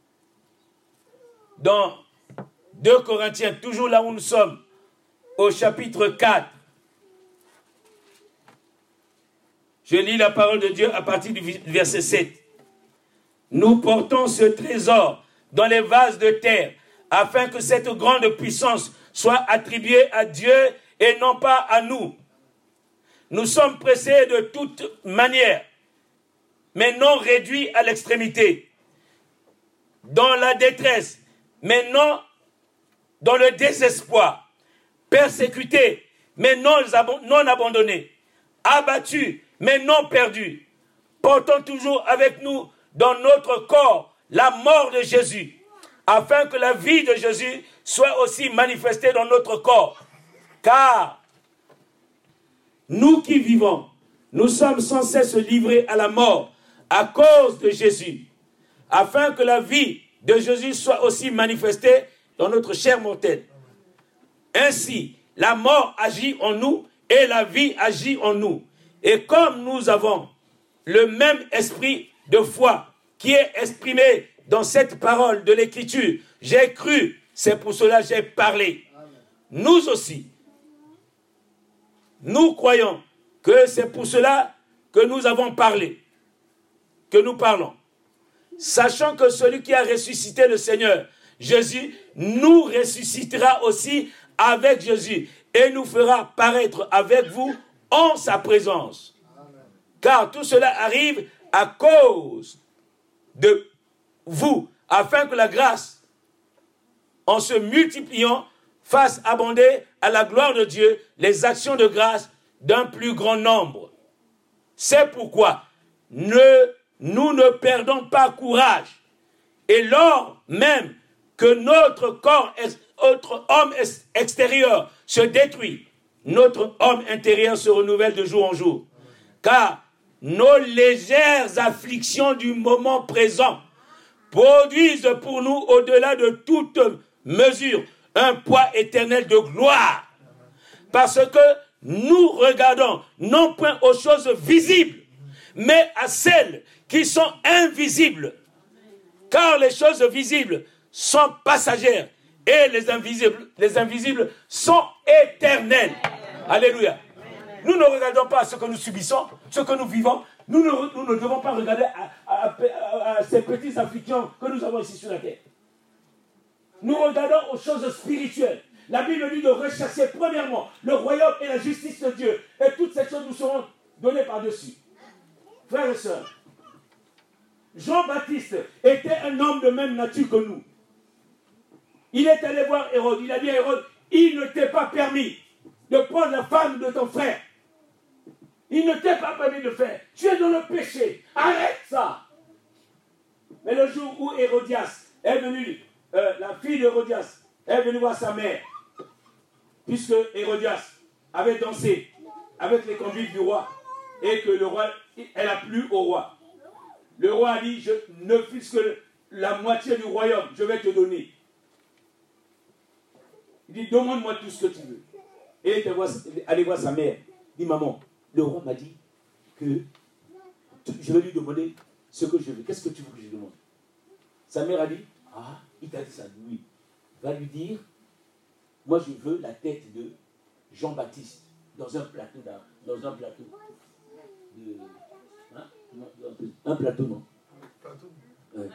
Dans 2 Corinthiens, toujours là où nous sommes, au chapitre 4. Je lis la parole de Dieu à partir du verset 7. Nous portons ce trésor dans les vases de terre, afin que cette grande puissance soit attribuée à Dieu et non pas à nous. Nous sommes pressés de toute manière, mais non réduits à l'extrémité, dans la détresse, mais non dans le désespoir, persécutés, mais non abandonnés, abattus, mais non perdus, portant toujours avec nous dans notre corps la mort de Jésus, afin que la vie de Jésus soit aussi manifestée dans notre corps. Car nous qui vivons, nous sommes sans cesse livrés à la mort à cause de Jésus, afin que la vie de Jésus soit aussi manifestée dans notre chair mortelle. Ainsi, la mort agit en nous et la vie agit en nous. Et comme nous avons le même esprit de foi qui est exprimé dans cette parole de l'Écriture, j'ai cru, c'est pour cela que j'ai parlé. Amen. Nous aussi, nous croyons que c'est pour cela que nous avons parlé, que nous parlons. Sachant que celui qui a ressuscité le Seigneur, Jésus, nous ressuscitera aussi avec Jésus et nous fera paraître avec vous en sa présence. Amen. Car tout cela arrive à cause de vous, afin que la grâce, en se multipliant, fasse abonder à la gloire de Dieu les actions de grâce d'un plus grand nombre. C'est pourquoi nous ne perdons pas courage. Et lors même que notre homme extérieur se détruit, notre homme intérieur se renouvelle de jour en jour. Car nos légères afflictions du moment présent produisent pour nous, au-delà de toute mesure, un poids éternel de gloire. Parce que nous regardons non point aux choses visibles, mais à celles qui sont invisibles. Car les choses visibles sont passagères et les invisibles sont éternels. Alléluia. Nous ne regardons pas ce que nous subissons, ce que nous vivons. Nous ne devons pas regarder à ces petites afflictions que nous avons ici sur la terre. Nous regardons aux choses spirituelles. La Bible dit de rechercher premièrement le royaume et la justice de Dieu. Et toutes ces choses nous seront données par-dessus. Frères et sœurs, Jean-Baptiste était un homme de même nature que nous. Il est allé voir Hérode. Il a dit à Hérode, il ne t'est pas permis de prendre la femme de ton frère. Il ne t'est pas permis de faire. Tu es dans le péché. Arrête ça. Mais le jour où Hérodias est venu, la fille d'Hérodias est venue voir sa mère, puisque Hérodias avait dansé avec les convives du roi, et que le roi, elle a plu au roi. Le roi a dit, ne fût-ce que la moitié du royaume, je vais te donner. Il dit, demande-moi tout ce que tu veux. Et elle est allé voir sa mère. Il dit, maman, le roi m'a dit que je vais lui demander ce que je veux. Qu'est-ce que tu veux que je lui demande? Sa mère a dit, ah, il t'a dit ça, oui. Va lui dire, moi je veux la tête de Jean-Baptiste dans un plateau de, hein? Un plateau, non? Ouais.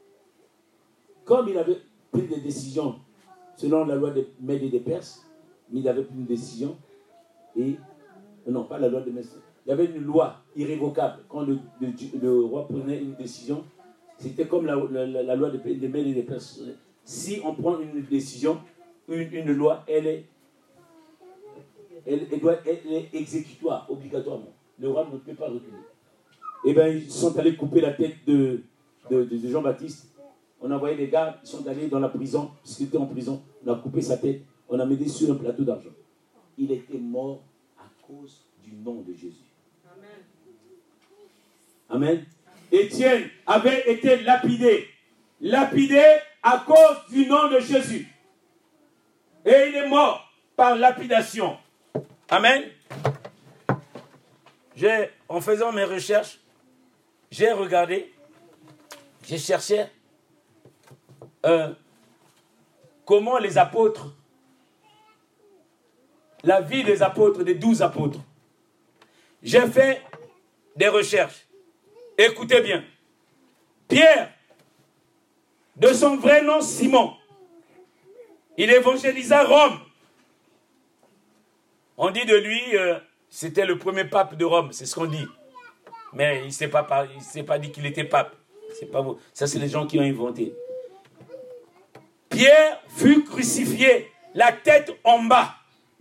Comme il avait pris des décisions selon la loi des Mèdes et des Perses, mais il avait pris une décision. Et, non, pas la loi de Messe. Il y avait une loi irrévocable. Quand le roi prenait une décision, c'était comme la loi des mères et des pères. Si on prend une décision, une loi, elle est exécutoire, obligatoirement. Le roi ne peut pas reculer. Eh bien, ils sont allés couper la tête de Jean-Baptiste. On a envoyé des gars, ils sont allés dans la prison, parce qu'il était en prison. On a coupé sa tête, on a mis sur un plateau d'argent. Il était mort à cause du nom de Jésus. Amen. Étienne avait été lapidé à cause du nom de Jésus. Et il est mort par lapidation. Amen. En faisant mes recherches, j'ai regardé, j'ai cherché comment les apôtres, la vie des apôtres, des 12 apôtres. J'ai fait des recherches. Écoutez bien. Pierre, de son vrai nom Simon, il évangélisa Rome. On dit de lui, c'était le premier pape de Rome, c'est ce qu'on dit. Mais il ne s'est pas dit qu'il était pape. C'est pas vous. Ça, c'est les gens qui ont inventé. Pierre fut crucifié, la tête en bas.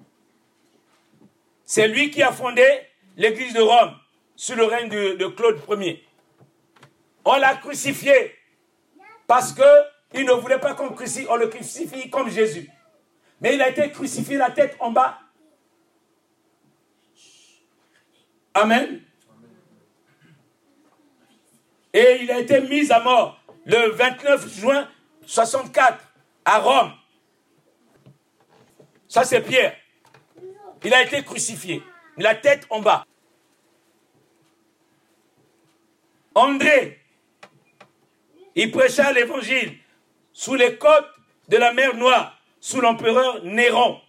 C'est lui qui a fondé l'église de Rome, sous le règne de Claude Ier. On l'a crucifié parce qu'il ne voulait pas qu'on le crucifie comme Jésus. Mais il a été crucifié, la tête en bas. Amen. Et il a été mis à mort le 29 juin 64 à Rome. Ça, c'est Pierre. Il a été crucifié, la tête en bas. André, il prêcha l'évangile sous les côtes de la mer Noire, sous l'empereur Néron,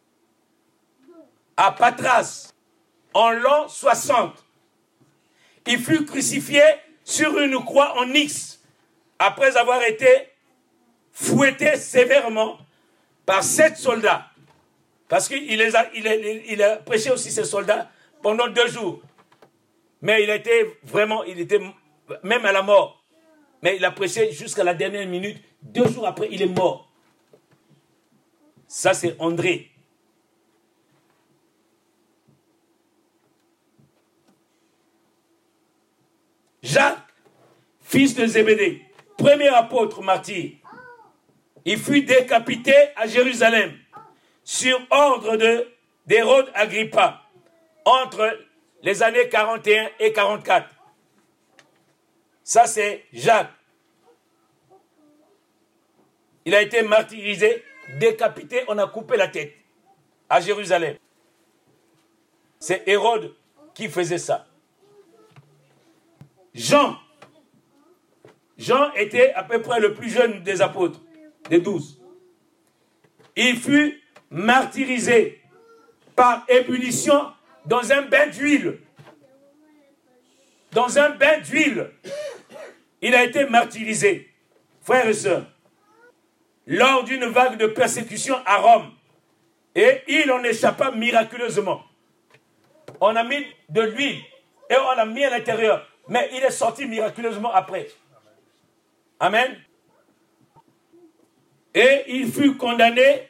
à Patras, en l'an 60. Il fut crucifié sur une croix en X, après avoir été fouetté sévèrement par 7 soldats. Parce qu'il a prêché aussi ces soldats pendant 2 jours. Mais il était même à la mort. Mais il a prêché jusqu'à la dernière minute. 2 jours après, il est mort. Ça, c'est André. Jacques, fils de Zébédée, premier apôtre martyr, il fut décapité à Jérusalem sur ordre d'Hérode Agrippa entre les années 41 et 44. Ça, c'est Jacques. Il a été martyrisé, décapité, on a coupé la tête à Jérusalem. C'est Hérode qui faisait ça. Jean était à peu près le plus jeune des apôtres, des 12. Il fut martyrisé par ébullition dans un bain d'huile. Dans un bain d'huile. Il a été martyrisé. Frères et sœurs, lors d'une vague de persécution à Rome, et il en échappa miraculeusement. On a mis de l'huile et on l'a mis à l'intérieur. Mais il est sorti miraculeusement après. Amen. Et il fut condamné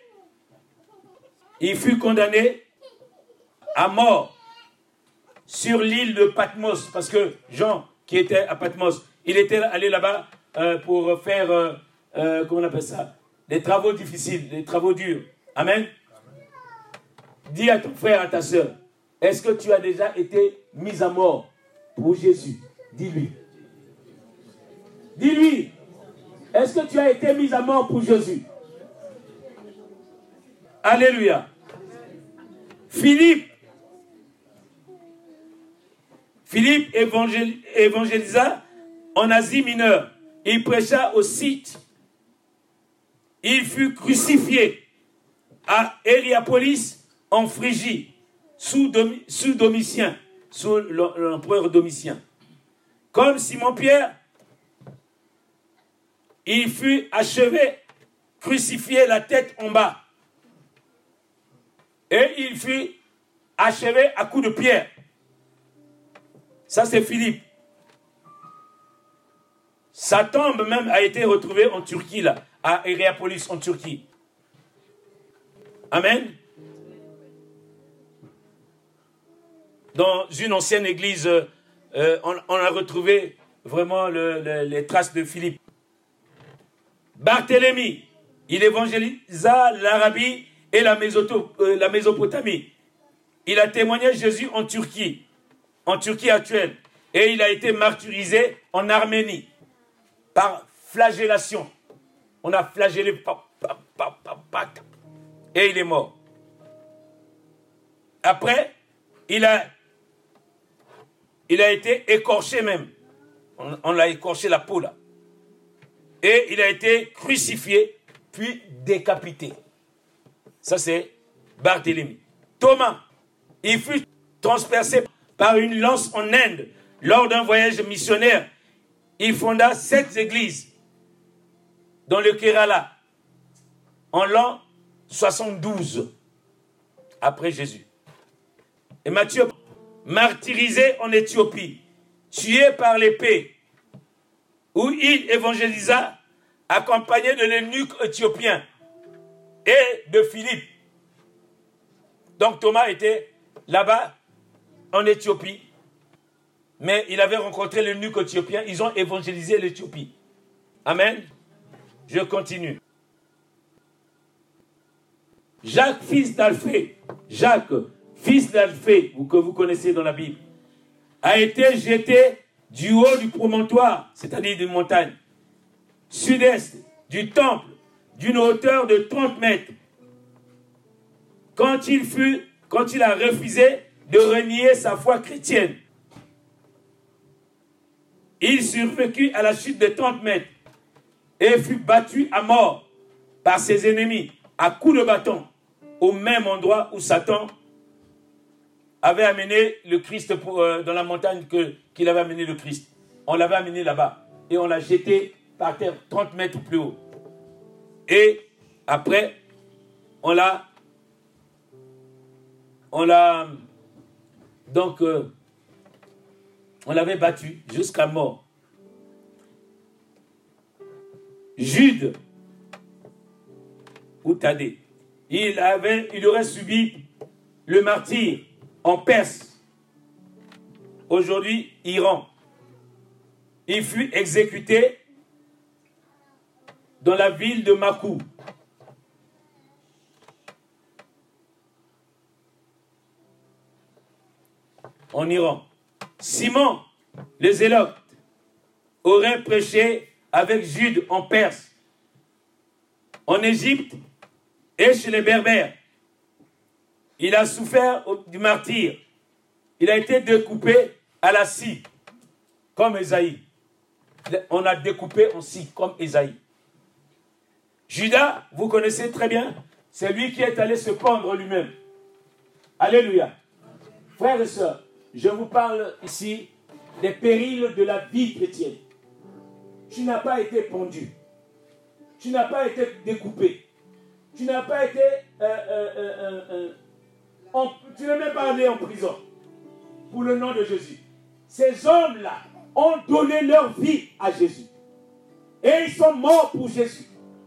à mort sur l'île de Patmos. Parce que Jean, qui était à Patmos, il était allé là-bas pour faire, comment on appelle ça, des travaux difficiles, des travaux durs. Amen. Dis à ton frère, à ta soeur, est-ce que tu as déjà été mis à mort pour Jésus? Dis-lui. Dis-lui. Est-ce que tu as été mis à mort pour Jésus? Alléluia. Philippe évangélisa en Asie mineure. Il prêcha au Scythe. Il fut crucifié à Hériapolis en Phrygie, sous Domitien, sous l'empereur Domitien. Comme Simon-Pierre, il fut achevé, crucifié la tête en bas. Et il fut achevé à coups de pierre. Ça, c'est Philippe. Sa tombe même a été retrouvée en Turquie, là, à Hierapolis, en Turquie. Amen. Dans une ancienne église, on a retrouvé vraiment les traces de Philippe. Barthélemy, il évangélisa l'Arabie et la Mésopotamie. Il a témoigné Jésus en Turquie actuelle. Et il a été martyrisé en Arménie par flagellation. On a flagellé. Et il est mort. Après, il a été écorché même. On l'a écorché la peau là. Et il a été crucifié, puis décapité. Ça c'est Barthélemy. Thomas, il fut transpercé par une lance en Inde lors d'un voyage missionnaire. Il fonda 7 églises dans le Kerala en l'an 72 après Jésus. Et Matthieu, martyrisé en Éthiopie, tué par l'épée, où il évangélisa, accompagné de l'eunuque éthiopien et de Philippe. Donc Thomas était là-bas, en Éthiopie, mais il avait rencontré l'eunuque éthiopien, ils ont évangélisé l'Éthiopie. Amen. Je continue. Jacques, fils d'Alphée, que vous connaissez dans la Bible, a été jeté du haut du promontoire, c'est-à-dire d'une montagne, sud-est du temple, d'une hauteur de 30 mètres. Quand il a refusé de renier sa foi chrétienne, il survécut à la chute de 30 mètres et fut battu à mort par ses ennemis à coups de bâton, au même endroit où Satan avait amené le Christ dans la montagne qu'il avait amené le Christ. On l'avait amené là-bas et on l'a jeté par terre 30 mètres plus haut. Et après, on l'avait battu jusqu'à mort. Jude ou Thaddée, il aurait subi le martyre en Perse, aujourd'hui Iran. Il fut exécuté dans la ville de Makou. En Iran. Simon, le Zélote, aurait prêché avec Jude en Perse, en Égypte et chez les Berbères. Il a souffert du martyre. Il a été découpé à la scie, comme Ésaïe. On a découpé en scie, comme Ésaïe. Judas, vous connaissez très bien, c'est lui qui est allé se pendre lui-même. Alléluia. Frères et sœurs, je vous parle ici des périls de la vie chrétienne. Tu n'as pas été pendu. Tu n'as pas été découpé. Tu n'as pas été... tu n'es même pas allé en prison pour le nom de Jésus. Ces hommes-là ont donné leur vie à Jésus. Et ils sont morts pour Jésus.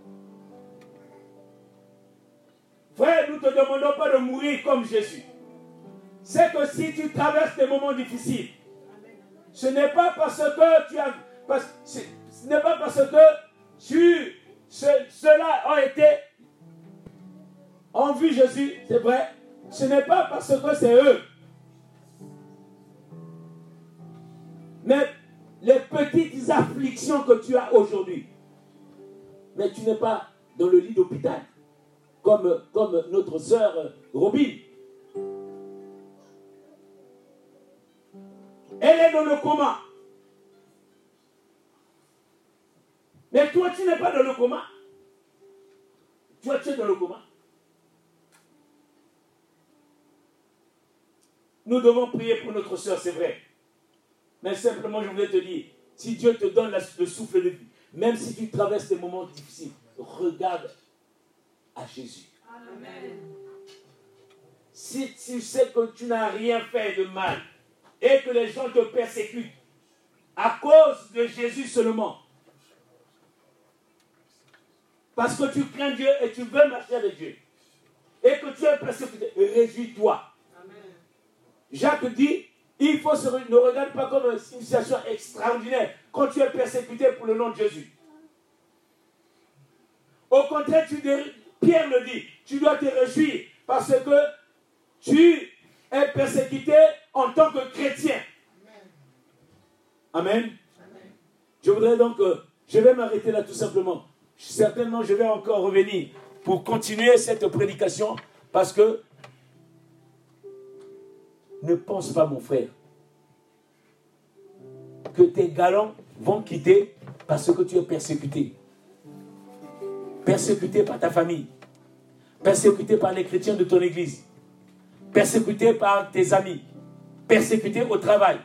Frère, nous ne te demandons pas de mourir comme Jésus. C'est que si tu traverses des moments difficiles, ce n'est pas parce que tu as... ce n'est pas parce que ceux-là ont été... ont vu Jésus, c'est vrai. Ce n'est pas parce que c'est eux. Mais les petites afflictions que tu as aujourd'hui, mais tu n'es pas dans le lit d'hôpital, comme notre sœur Robin. Elle est dans le coma. Mais toi, tu n'es pas dans le coma. Toi, tu es dans le coma. Nous devons prier pour notre sœur, c'est vrai. Mais simplement, je voulais te dire, si Dieu te donne le souffle de vie, même si tu traverses des moments difficiles, regarde à Jésus. Amen. si tu sais que tu n'as rien fait de mal et que les gens te persécutent à cause de Jésus seulement, parce que tu crains Dieu et tu veux marcher avec Dieu, et que tu es persécuté, réjouis-toi. Jacques dit, ne regarde pas comme une situation extraordinaire quand tu es persécuté pour le nom de Jésus. Au contraire, Pierre le dit, tu dois te réjouir parce que tu es persécuté en tant que chrétien. Amen. Amen. Je voudrais donc, je vais m'arrêter là tout simplement. Certainement, je vais encore revenir pour continuer cette prédication parce que ne pense pas, mon frère, que tes galants vont quitter parce que tu es persécuté. Persécuté par ta famille, persécuté par les chrétiens de ton église, persécuté par tes amis, persécuté au travail.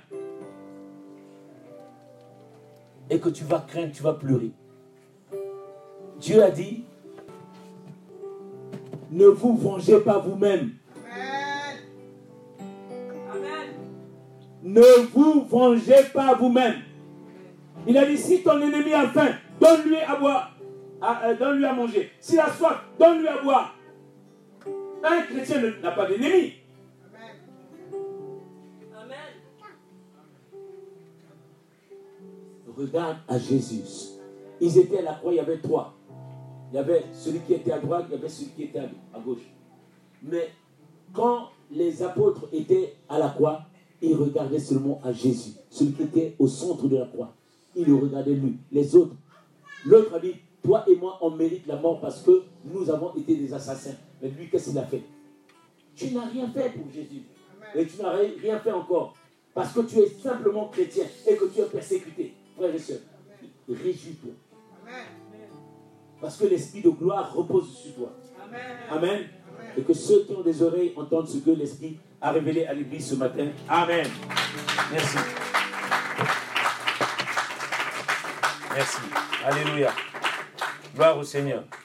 Et que tu vas craindre, tu vas pleurer. Dieu a dit, ne vous vengez pas vous-même. Amen. Ne vous vengez pas vous-même. Il a dit, si ton ennemi a faim, donne-lui à boire. Donne-lui à manger. S'il a soif, donne-lui à boire. Un chrétien n'a pas d'ennemi. Amen. Regarde à Jésus. Ils étaient à la croix, il y avait trois. Il y avait celui qui était à droite, il y avait celui qui était à gauche. Mais quand les apôtres étaient à la croix, ils regardaient seulement à Jésus, celui qui était au centre de la croix. Ils le regardaient lui. Les autres, l'autre a dit, toi et moi, on mérite la mort parce que nous avons été des assassins. Mais lui, qu'est-ce qu'il a fait? Tu n'as rien fait pour Jésus. Et tu n'as rien fait encore. Parce que tu es simplement chrétien et que tu es persécuté. Frères et sœurs, réjouis-toi. Parce que l'esprit de gloire repose sur toi. Amen. Et que ceux qui ont des oreilles entendent ce que l'esprit a révélé à l'église ce matin. Amen. Merci. Merci. Alléluia. Gloire au Seigneur.